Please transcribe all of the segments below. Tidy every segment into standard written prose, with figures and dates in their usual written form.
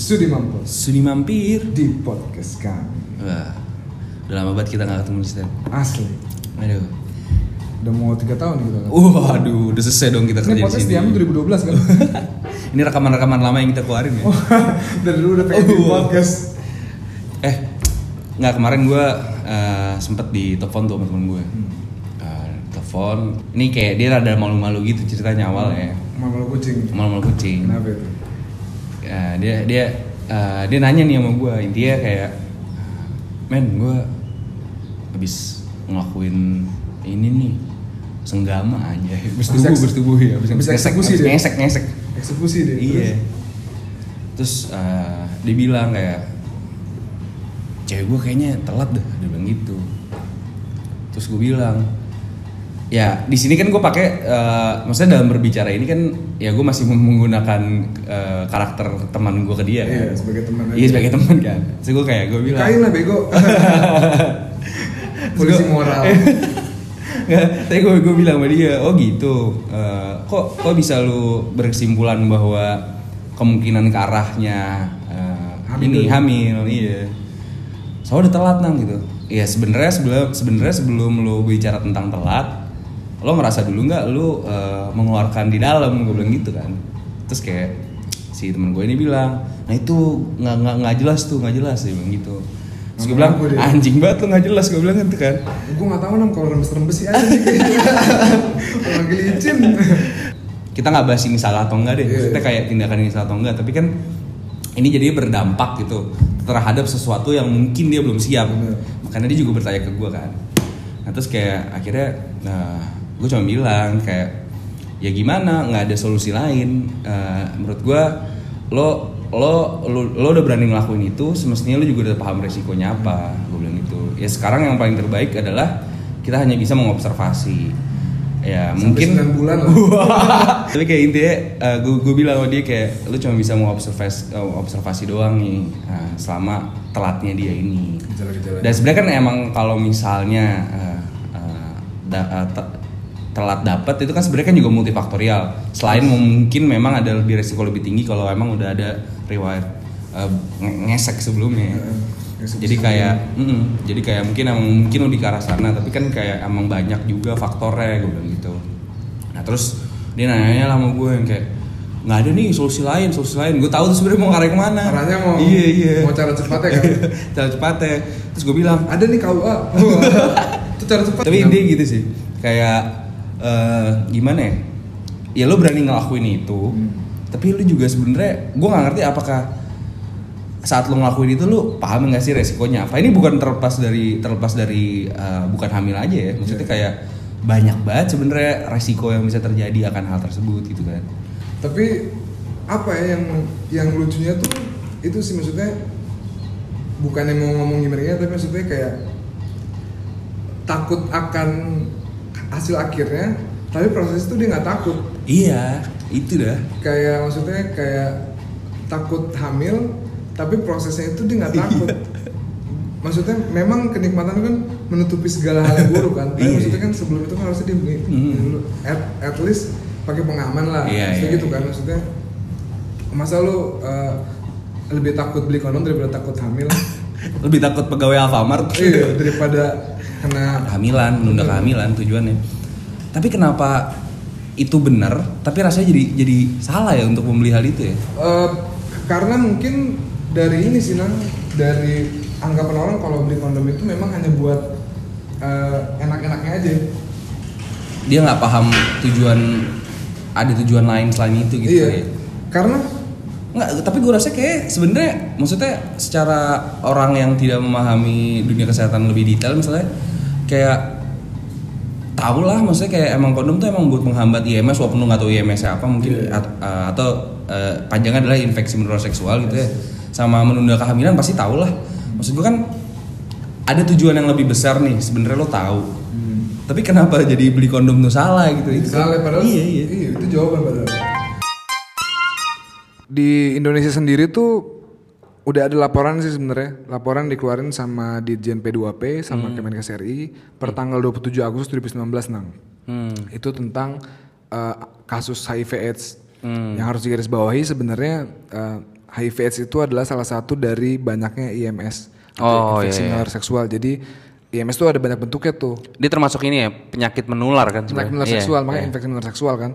Sudi mampir di podcast kami. Wah, udah lama banget kita gak ketemu Stan. Asli. Aduh. Udah mau 3 tahun gitu kan. Waduh, udah selesai dong kita kerja di sini. Ini podcast diambil 2012 kan. Ini rekaman-rekaman lama yang kita keluarin ya. Dari dulu udah pengen bikin podcast. Nggak, kemarin gue sempet di telepon tuh sama temen gue. Telepon, ini kayak dia rada malu-malu gitu ceritanya awal ya. Malu-malu kucing. Malu-malu kucing. Kenapa itu? Dia nanya nih sama gue, intinya kayak, men, gue habis ngelakuin ini nih, senggama aja, bertubuh ya, bisa eksekusi dia. Ngesek. Eksekusi dia. Iya. Terus dia bilang kayak, cewek gue kayaknya telat dah, dia bilang gitu. Terus gue bilang, ya di sini kan gue pakai, maksudnya dalam berbicara ini kan, ya gue masih menggunakan karakter teman gue ke dia. Iya, kan? sebagai teman. Iya, sebagai teman kan. Terus gue bilang, kain lah bego. Polisi moral. Nggak, tapi gue bilang sama dia, oh gitu. Kok bisa lu berkesimpulan bahwa kemungkinan ke arahnya hamil, iya. Soalnya udah telat nang gitu. Ya sebenarnya sebelum lu bicara tentang telat, lo ngerasa dulu nggak lu mengeluarkan di dalam, gue bilang gitu kan. Terus kayak si teman gue ini bilang, nah itu nggak jelas dia bilang gitu. Terus gue bilang, anjing banget lo nggak jelas, gue bilang gitu kan. Gue nggak tahu nam kalau rembes sih aja sih orang licin. Kita nggak bahas ini salah atau enggak deh, maksudnya kayak tindakan ini salah atau enggak, tapi kan ini jadi berdampak gitu terhadap sesuatu yang mungkin dia belum siap. Makanya dia juga bertanya ke gue kan. Nah terus kayak akhirnya gue cuma bilang kayak, ya gimana, nggak ada solusi lain. Menurut gue lo udah berani ngelakuin itu, semestinya lo juga udah paham resikonya apa. Gue bilang gitu. Ya sekarang yang paling terbaik adalah kita hanya bisa mengobservasi. Ya sampai mungkin 9 bulan lah. Tapi kayak intinya gue bilang sama dia kayak, lu cuma bisa observasi doang nih selama telatnya dia ini. Gejala-gejala. Dan sebenarnya kan emang kalau misalnya telat dapat itu kan sebenarnya kan juga multifaktorial. Selain mungkin memang ada resiko lebih tinggi kalau emang udah ada riwayat ngesek sebelumnya. Jadi kayak mungkin lebih ke arah sana, tapi kan kayak emang banyak juga faktornya, gue bilang gitu. Nah terus dia nanya lah sama gue yang kayak, nggak ada nih solusi lain. Gue tahu tuh sebenarnya mau ngarah kemana. Arahnya mau cara cepatnya kan? Cara cepatnya. Terus gue bilang, ada nih KUA. Itu cara cepat. Tapi intinya gitu sih, kayak gimana ya? Ya lo berani ngelakuin itu, tapi lo juga sebenarnya gue nggak ngerti apakah saat lo ngelakuin itu lo paham nggak sih resikonya apa? Ini bukan terlepas dari bukan hamil aja ya, maksudnya kayak banyak banget sebenarnya resiko yang bisa terjadi akan hal tersebut gitu kan. Tapi apa ya yang lucunya tuh itu sih, maksudnya bukannya mau ngomong gimana, tapi maksudnya kayak takut akan hasil akhirnya, tapi proses itu dia nggak takut. Iya, itu dah. Kayak maksudnya kayak takut hamil, tapi prosesnya itu dia nggak takut. Maksudnya memang kenikmatan kan menutupi segala hal yang buruk kan. Tapi maksudnya kan sebelum itu kan harusnya dia beli dulu. At least pakai pengaman lah. Maksudnya gitu kan. Maksudnya masa lu lebih takut beli kondom daripada takut hamil? Lebih takut pegawai Alfamart. Iya, daripada kena kehamilan, menunda kehamilan tujuannya. Tapi kenapa itu benar, tapi rasanya jadi salah ya untuk membeli hal itu ya? Karena mungkin dari ini sih Nang, dari anggapan orang kalau beli kondom itu memang hanya buat enak-enaknya aja. Dia nggak paham ada tujuan lain selain itu gitu. Iya. Ya? Karena nggak, tapi gue rasa kayak sebenarnya maksudnya secara orang yang tidak memahami dunia kesehatan lebih detail, misalnya kayak tahu lah, maksudnya kayak emang kondom tuh emang buat menghambat IMS, walaupun lu nggak tahu IMS apa mungkin atau panjangnya adalah infeksi menular seksual gitu ya, sama menunda kehamilan pasti tahu lah. Maksud gue kan ada tujuan yang lebih besar nih, sebenarnya lo tahu. Tapi kenapa jadi beli kondom tuh salah gitu? Itu salah padahal. Iya, itu jawaban padahal. Di Indonesia sendiri tuh udah ada laporan sih sebenarnya. Laporan dikeluarin sama Ditjen P2P sama Kemenkes RI per tanggal 27 Agustus 2019 Nang. Itu tentang kasus HIV AIDS. Yang harus digarisbawahi sebenarnya HIV/AIDS itu adalah salah satu dari banyaknya IMS, infeksi menular seksual. Jadi IMS itu ada banyak bentuknya tuh. Dia termasuk ini ya, penyakit menular kan? Penyakit menular seksual, makanya infeksi menular seksual kan.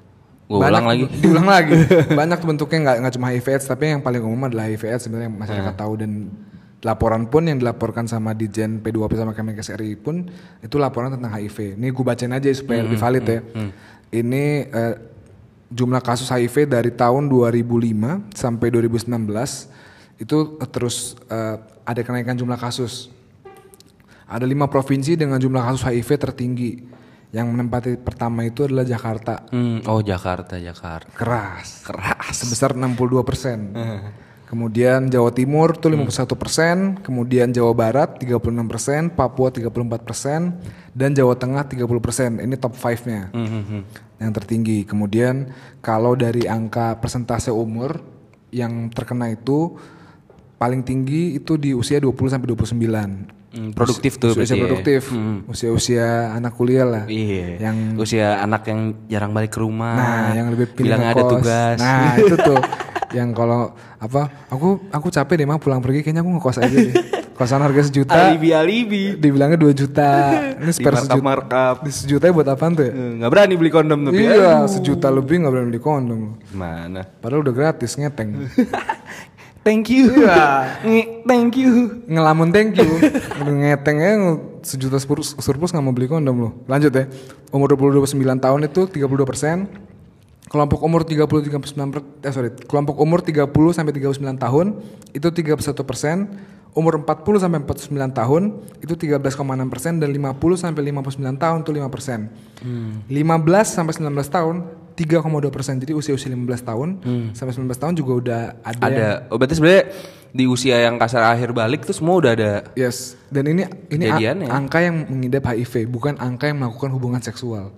Diulang lagi. Banyak tuh bentuknya, nggak cuma HIV/AIDS, tapi yang paling umum adalah HIV/AIDS sebenarnya yang masyarakat tahu, dan laporan pun yang dilaporkan sama Ditjen P2P sama Kemenkes RI pun itu laporan tentang HIV. Ini gue bacain aja supaya lebih valid ya. Ini jumlah kasus HIV dari tahun 2005 sampai 2019 itu terus ada kenaikan jumlah kasus. Ada 5 provinsi dengan jumlah kasus HIV tertinggi. Yang menempati pertama itu adalah Jakarta. Jakarta. Keras. Sebesar 62%. Kemudian Jawa Timur itu 51%, kemudian Jawa Barat 36%, Papua 34%, dan Jawa Tengah 30%. Ini top 5-nya yang tertinggi. Kemudian kalau dari angka persentase umur yang terkena itu paling tinggi itu di usia 20 sampai 29. Produktif tuh. Usia produktif. Usia anak kuliah lah. Iya. Yang usia anak yang jarang balik ke rumah. Nah, yang lebih bilang ada tugas. Nah, itu tuh. Yang kalau aku capek deh mah pulang pergi, kayaknya aku ngekos aja deh. Kosan harga 1 juta. Alibi. Dibilangnya 2 juta. Ini spare 1 juta. Markup. Di 1 juta buat apaan tuh ya? Nggak berani beli kondom tapi. Iya, 1 juta lebih nggak berani beli kondom. Gimana? Padahal udah gratis ngeteng. Thank you. Iya. Thank you. Ngelamun thank you. Udah ngetengnya 1 juta surplus nggak mau beli kondom loh. Lanjut ya. Umur 29 tahun itu 32%. Kelompok umur kelompok umur 30 sampai 39 tahun itu 31%, umur 40 sampai 49 tahun itu 13,6%, dan 50 sampai 59 tahun itu 5%. 15 sampai 19 tahun 3,2%. Jadi usia 15 tahun sampai 19 tahun juga udah ada. Berarti sebenarnya di usia yang kasar akhir balik itu semua udah ada. Yes. Dan ini angka yang mengidap HIV, bukan angka yang melakukan hubungan seksual.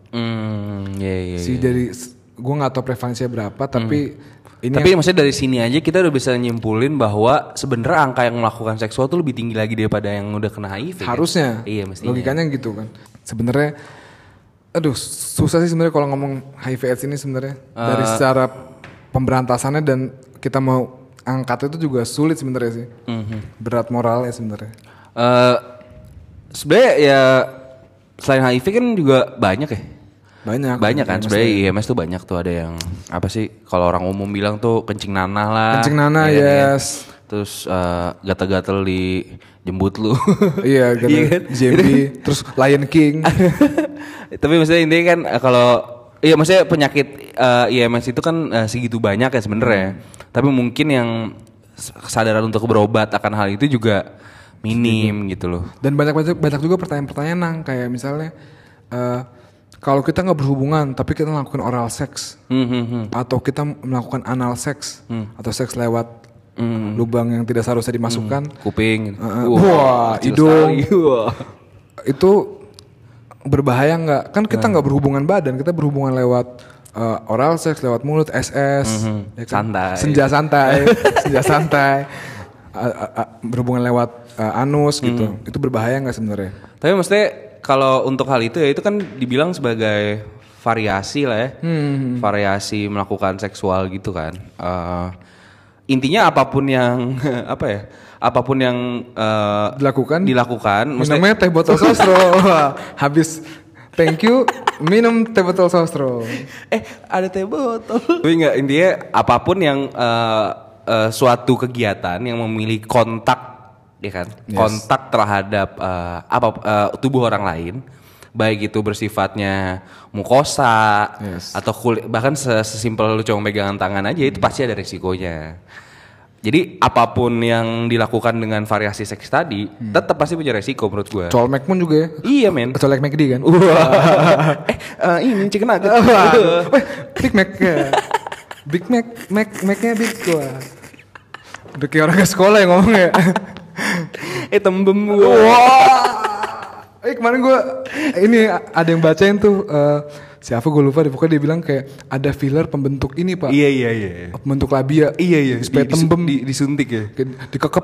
Dari gue nggak tahu prevalensinya berapa, tapi maksudnya dari sini aja kita udah bisa nyimpulin bahwa sebenarnya angka yang melakukan seksual tuh lebih tinggi lagi daripada yang udah kena HIV. Harusnya. Kan? Iya, mestinya. Logikanya gitu kan. Sebenarnya, susah sih sebenarnya kalau ngomong HIV/AIDS ini sebenarnya dari secara pemberantasannya, dan kita mau angkat itu juga sulit sebenarnya sih. Berat moralnya sebenarnya. Sebenarnya ya selain HIV kan juga banyak ya. Banyak kan sebenarnya IMS tuh banyak tuh, ada yang apa sih kalau orang umum bilang tuh kencing nanah lah. Kencing nanah yes. Terus gatal-gatal di jembut lu. Iya, Jambi, terus Lion King. Tapi maksudnya ini kan kalau maksudnya penyakit IMS itu kan segitu banyak ya sebenarnya. Tapi mungkin yang kesadaran untuk berobat akan hal itu juga minim gitu loh. Dan banyak juga pertanyaan-pertanyaan kayak misalnya kalau kita nggak berhubungan tapi kita melakukan oral seks, atau kita melakukan anal seks, atau seks lewat lubang yang tidak seharusnya dimasukkan, kuping, hidung, itu berbahaya nggak? Kan kita nggak berhubungan badan, kita berhubungan lewat oral seks, lewat mulut, SS, ya kan? Senja santai, berhubungan lewat anus gitu. Itu berbahaya nggak sebenarnya? Tapi maksudnya kalau untuk hal itu ya itu kan dibilang sebagai variasi lah ya, variasi melakukan seksual gitu kan. Intinya apapun yang apapun yang dilakukan. Namanya teh botol sostro. Habis thank you minum teh botol sostro. Ada teh botol. Tapi enggak, intinya apapun yang suatu kegiatan yang memiliki kontak, ya kan, kontak terhadap tubuh orang lain, baik itu bersifatnya mukosa atau kulit, bahkan sesimpel lu cuma pegangan tangan aja itu pasti ada resikonya. Jadi apapun yang dilakukan dengan variasi seks tadi tetap pasti punya resiko menurut gue. Colmek pun juga ya? Iya men. Colek McD kan? Ini chicken nugget. Big Mac ya. Big Mac-nya big gue. Udah kayak orang ke sekolah yang ngomong ya. Tembem gue. Kemarin gue ini ada yang bacain tuh siapa gue lupa deh, pokoknya dia bilang kayak ada filler pembentuk ini pak. Iya. Pembentuk labia. Iya. Supaya tembem disuntik ya. Dikekep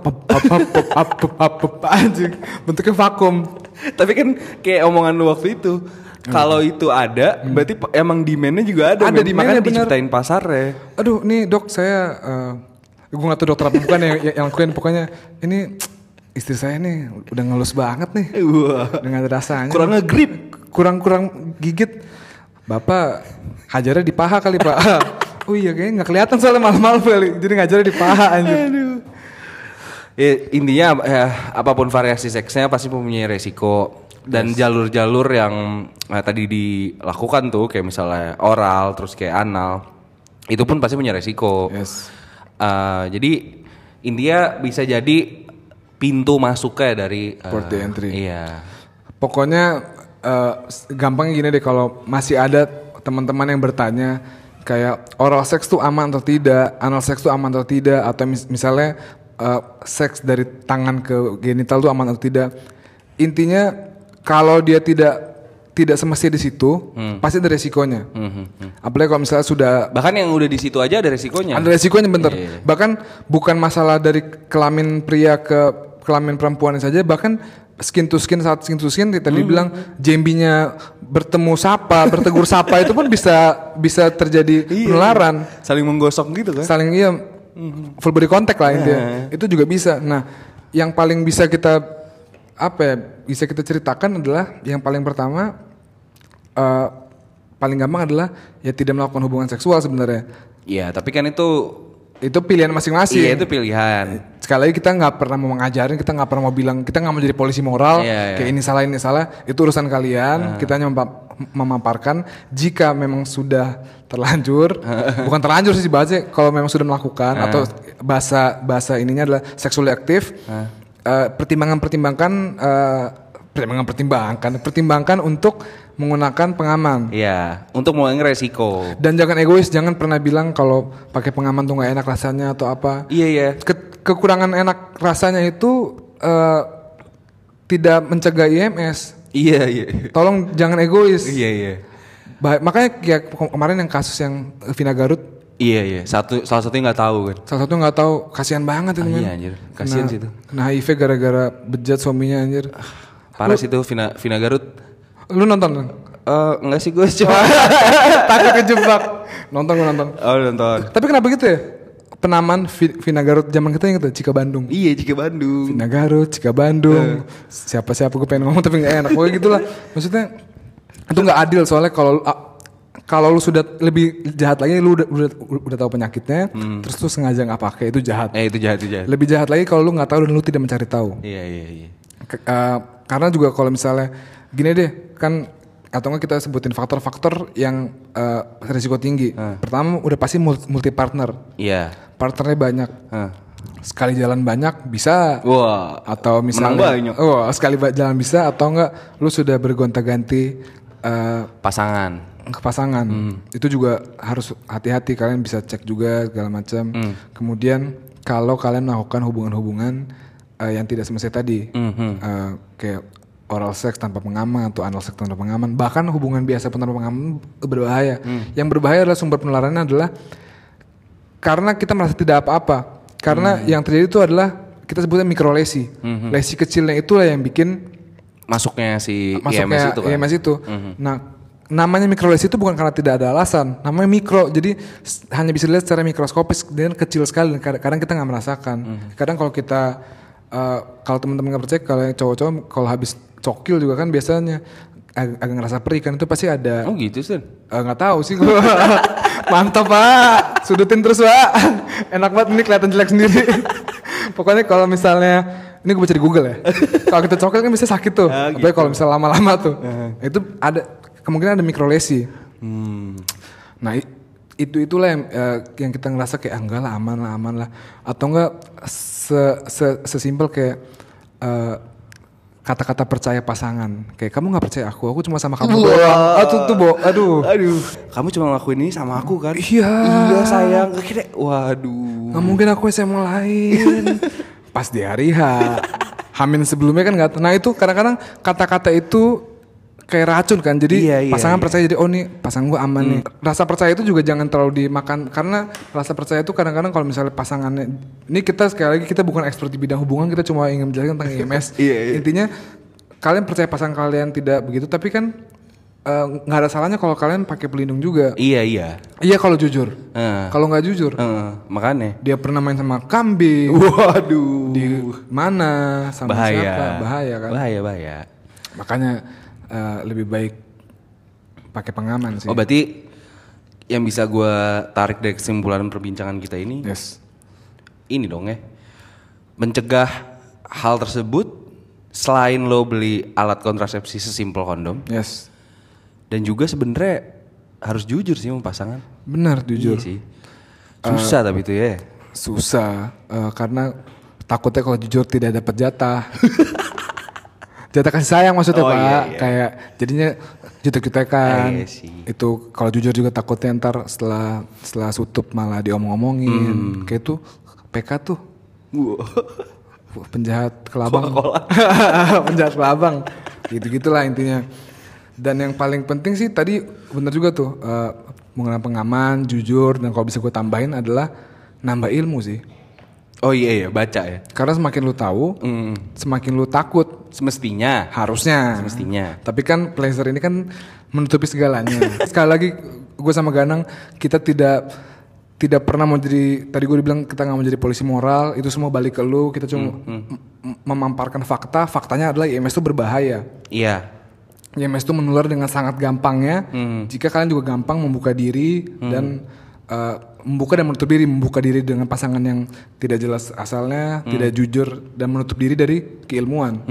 anjing. Bentuknya vakum. Tapi kan kayak omongan lu waktu itu. Kalau itu ada, berarti emang demand-nya juga ada. Ada demand-nya, makanya diciptain pasarnya. Aduh nih dok saya gue gak tahu dokter apa bukan yang lakuin, pokoknya ini istri saya nih udah ngelus banget nih. Dengan rasanya. Kurang nge-grip. Kurang gigit. Bapak hajarnya di paha kali Pak. Oh iya kayaknya gak kelihatan soalnya malam-malam kali. Jadi ngajarnya di paha anjir. Ya, intinya apapun variasi seksnya pasti mempunyai resiko. Dan jalur-jalur yang tadi dilakukan tuh kayak misalnya oral terus kayak anal itu pun pasti punya resiko. Yes. Jadi intinya bisa jadi pintu masuknya dari port the entry. Iya. Pokoknya gampangnya gini deh, kalau masih ada teman-teman yang bertanya kayak oral seks tuh aman atau tidak, anal seks tuh aman atau tidak, atau misalnya seks dari tangan ke genital tuh aman atau tidak. Intinya kalau dia tidak semestinya di situ, pasti ada resikonya. Apalagi kalau misalnya sudah, bahkan yang udah di situ aja ada resikonya. ada resikonya bener. Yeah. Bahkan bukan masalah dari kelamin pria ke kelamin perempuan saja, bahkan skin to skin, saat skin to skin tadi bilang jambinya bertegur sapa itu pun bisa terjadi penularan. Saling menggosok gitu kan? Saling full body contact lah intinya. Itu juga bisa. Nah, yang paling bisa kita bisa kita ceritakan adalah yang paling pertama, paling gampang adalah ya tidak melakukan hubungan seksual sebenarnya. Iya, tapi kan itu pilihan masing-masing. Iya, itu pilihan. Sekali lagi kita nggak pernah mau ngajarin, kita nggak pernah mau bilang, kita nggak mau jadi polisi moral. Kayak ini salah, itu urusan kalian. Kita hanya memaparkan jika memang sudah terlanjur, bukan terlanjur sih bahasanya, kalau memang sudah melakukan atau bahasa ininya adalah sexually aktif. Pertimbangkan untuk menggunakan pengaman. Iya, untuk mengurangi resiko. Dan jangan egois, jangan pernah bilang kalau pakai pengaman tuh nggak enak rasanya atau apa. Iya. Kekurangan enak rasanya itu tidak mencegah IMS. Iya. Tolong jangan egois. Iya. Makanya kayak kemarin yang kasus yang Vina Garut. Iya. Salah satunya nggak tahu kan. Salah satu nggak tahu, kasihan banget itu. Iya anjir, kasihan sih itu. Kena HIV gara-gara bejat suaminya anjir. Parah sih itu Vina Garut. Lu nonton? Enggak sih gue cuma takut kejebak. Nonton. Oh nonton. Tapi kenapa gitu ya? Penamaan Vina Garut zaman kita yang itu Cika Bandung. Iya Cika Bandung. Vina Garut, Cika Bandung. Siapa gue pengen ngomong tapi nggak enak. Pokoknya gitulah. Maksudnya itu nggak adil soalnya kalau lu sudah lebih jahat lagi, lu udah tahu penyakitnya, terus lu sengaja nggak pakai, itu jahat. Itu jahat. Lebih jahat lagi kalau lu nggak tahu dan lu tidak mencari tahu. Iya. Karena juga kalau misalnya gini deh, kan atau nggak kita sebutin faktor-faktor yang risiko tinggi. Pertama udah pasti multi partner. Iya. Partnernya banyak. Sekali jalan banyak bisa. Wah. Atau misalnya banyak. Sekali jalan bisa, atau enggak lu sudah bergonta-ganti pasangan. Itu juga harus hati-hati, kalian bisa cek juga segala macam. Kemudian kalau kalian melakukan hubungan-hubungan yang tidak semestinya tadi, kayak oral sex tanpa pengaman atau anal sex tanpa pengaman, bahkan hubungan biasa pun tanpa pengaman berbahaya. Yang berbahaya adalah sumber penularannya adalah karena kita merasa tidak apa-apa. Karena yang terjadi itu adalah kita sebutnya mikrolesi. Lesi kecilnya itulah yang bikin masuknya IMS itu kan. IMS itu. Nah, namanya mikrolesi itu bukan karena tidak ada alasan, namanya mikro, jadi hanya bisa dilihat secara mikroskopis dan kecil sekali. Kadang kita nggak merasakan. Kadang kalau kita kalau teman-teman nggak percaya, kalau yang cowok-cowok kalau habis cokil juga kan biasanya agak ngerasa perih kan, itu pasti ada. Oh gitu sih. Nggak tahu sih gue. Mantap Pak, sudutin terus Pak. Enak banget, ini kelihatan jelek sendiri. Pokoknya kalau misalnya ini gue baca di Google ya. Kalau kita cokil kan bisa sakit tuh. Apalagi kalau misalnya lama-lama tuh. Itu ada kemungkinan ada mikrolesi. Nah itulah yang kita ngerasa kayak enggak lah, aman lah. Atau enggak sesimpel kayak kata-kata percaya pasangan. Kayak kamu nggak percaya aku cuma sama kamu doang. Aduh. Kamu cuma ngelakuin ini sama aku kan? Iya sayang. Kira, waduh. Nggak mungkin aku SMA lain. Pas di hari Hamin sebelumnya kan nggak. Nah itu kadang-kadang kata-kata itu kayak racun kan, jadi pasangan percaya, jadi oh nih pasangan gue aman nih. Rasa percaya itu juga jangan terlalu dimakan, karena rasa percaya itu kadang-kadang kalau misalnya pasangannya, ini kita sekali lagi kita bukan expert di bidang hubungan, kita cuma ingin menjelaskan tentang IMS. Intinya kalian percaya pasangan kalian tidak begitu, tapi kan nggak ada salahnya kalau kalian pakai pelindung juga. Iya. Iya kalau jujur. Kalau nggak jujur, makanya. dia pernah main sama kambing. Waduh. Di mana sama Bahaya. siapa? Bahaya kan. Bahaya. Makanya lebih baik pakai pengaman sih. Oh berarti yang bisa gue tarik dari kesimpulan perbincangan kita ini, Yes. ini dong ya, mencegah hal tersebut selain lo beli alat kontrasepsi sesimpel kondom, Yes. dan juga sebenarnya harus jujur sih sama pasangan. Benar jujur. Iya sih. Susah tapi itu ya. Susah karena takutnya kalau jujur tidak dapat jatah. Jatah kasih sayang maksudnya Oh, Pak. iya. Kayak jadinya jutek-jutekan. Iya sih. Itu kalau jujur juga takutnya ntar setelah sutup malah diomong-omongin. Kayak itu PK tuh. Penjahat kelabang. Penjahat kelabang. Gitu-gitulah intinya. Dan yang paling penting sih tadi bener juga tuh mengenai pengaman, jujur, dan kalau bisa gue tambahin adalah nambah ilmu sih. Oh iya baca ya. Karena semakin lu tahu, semakin lu takut. Semestinya. Harusnya. Tapi kan pleasure ini kan menutupi segalanya. Sekali lagi gue sama Ganang kita tidak pernah mau jadi, tadi gue dibilang kita nggak mau jadi polisi moral, itu semua balik ke lu. Kita cuma memamparkan fakta. Faktanya adalah IMS itu berbahaya. Iya. IMS itu menular dengan sangat gampangnya jika kalian juga gampang membuka diri dan membuka diri dengan pasangan yang tidak jelas asalnya, tidak jujur, dan menutup diri dari keilmuan.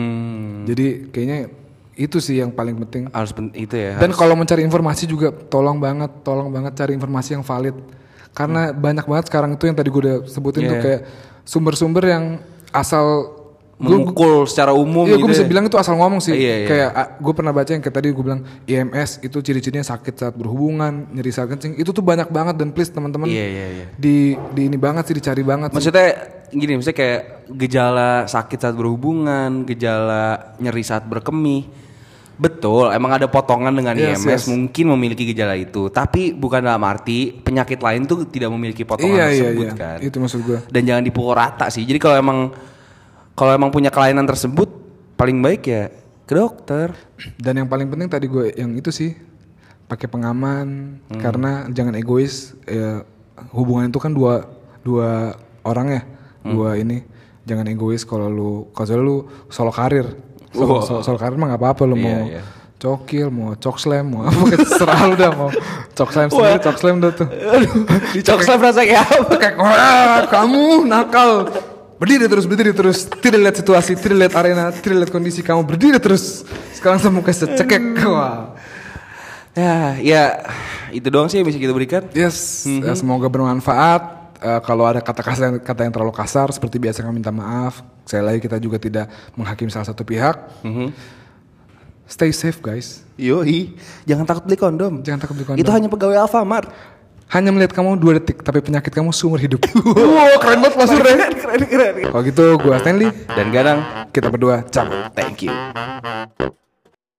Jadi kayaknya itu sih yang paling penting. Itu ya. Dan kalau mencari informasi juga tolong banget cari informasi yang valid. Karena banyak banget sekarang itu yang tadi gue udah sebutin tuh kayak sumber-sumber yang asal memukul secara umum. Iya, gitu gue bisa ya. bilang itu asal ngomong sih. Iya. Kayak gue pernah baca yang kayak tadi gue bilang IMS itu ciri-cirinya sakit saat berhubungan, nyeri saat kencing. Itu tuh banyak banget dan please teman-teman Iya. di ini banget sih, dicari banget. Maksudnya gini, maksudnya kayak gejala sakit saat berhubungan, gejala nyeri saat berkemih. Betul, emang ada potongan dengan IMS mungkin memiliki gejala itu, tapi bukan dalam arti penyakit lain tuh tidak memiliki potongan tersebut kan. Itu maksud gue. Dan jangan dipukul rata sih. Jadi kalau emang punya kelainan tersebut, paling baik ya ke dokter. Dan yang paling penting tadi gue yang itu sih pakai pengaman, karena jangan egois. Hubungan itu kan dua orang ya, dua ini. Jangan egois kalau lu solo karir. Solo karir mah nggak apa-apa lu mau cokil, mau cok slam, mau apa terserah lu dah, mau cok slam sendiri, cok slam dah tuh. Di cok slam rasa kayak apa? Kayak wah kamu nakal. Berdiri terus, tidak lihat situasi, tidak lihat arena, tidak lihat kondisi, kamu berdiri terus. Sekarang saya mau kasih cekek. Wah. Ya itu doang sih yang bisa kita berikan. Yes, semoga bermanfaat. Kalau ada kata yang terlalu kasar, seperti biasa kami minta maaf. Sekali lagi kita juga tidak menghakimi salah satu pihak. Stay safe guys. Yoi, jangan takut beli kondom. Itu hanya pegawai Alfamart. Hanya melihat kamu 2 detik, tapi penyakit kamu seumur hidup. Wow, keren banget Mas Ure. Keren. Kalau gitu gue Stanley Dan Ganang, kita berdua cabut. thank you.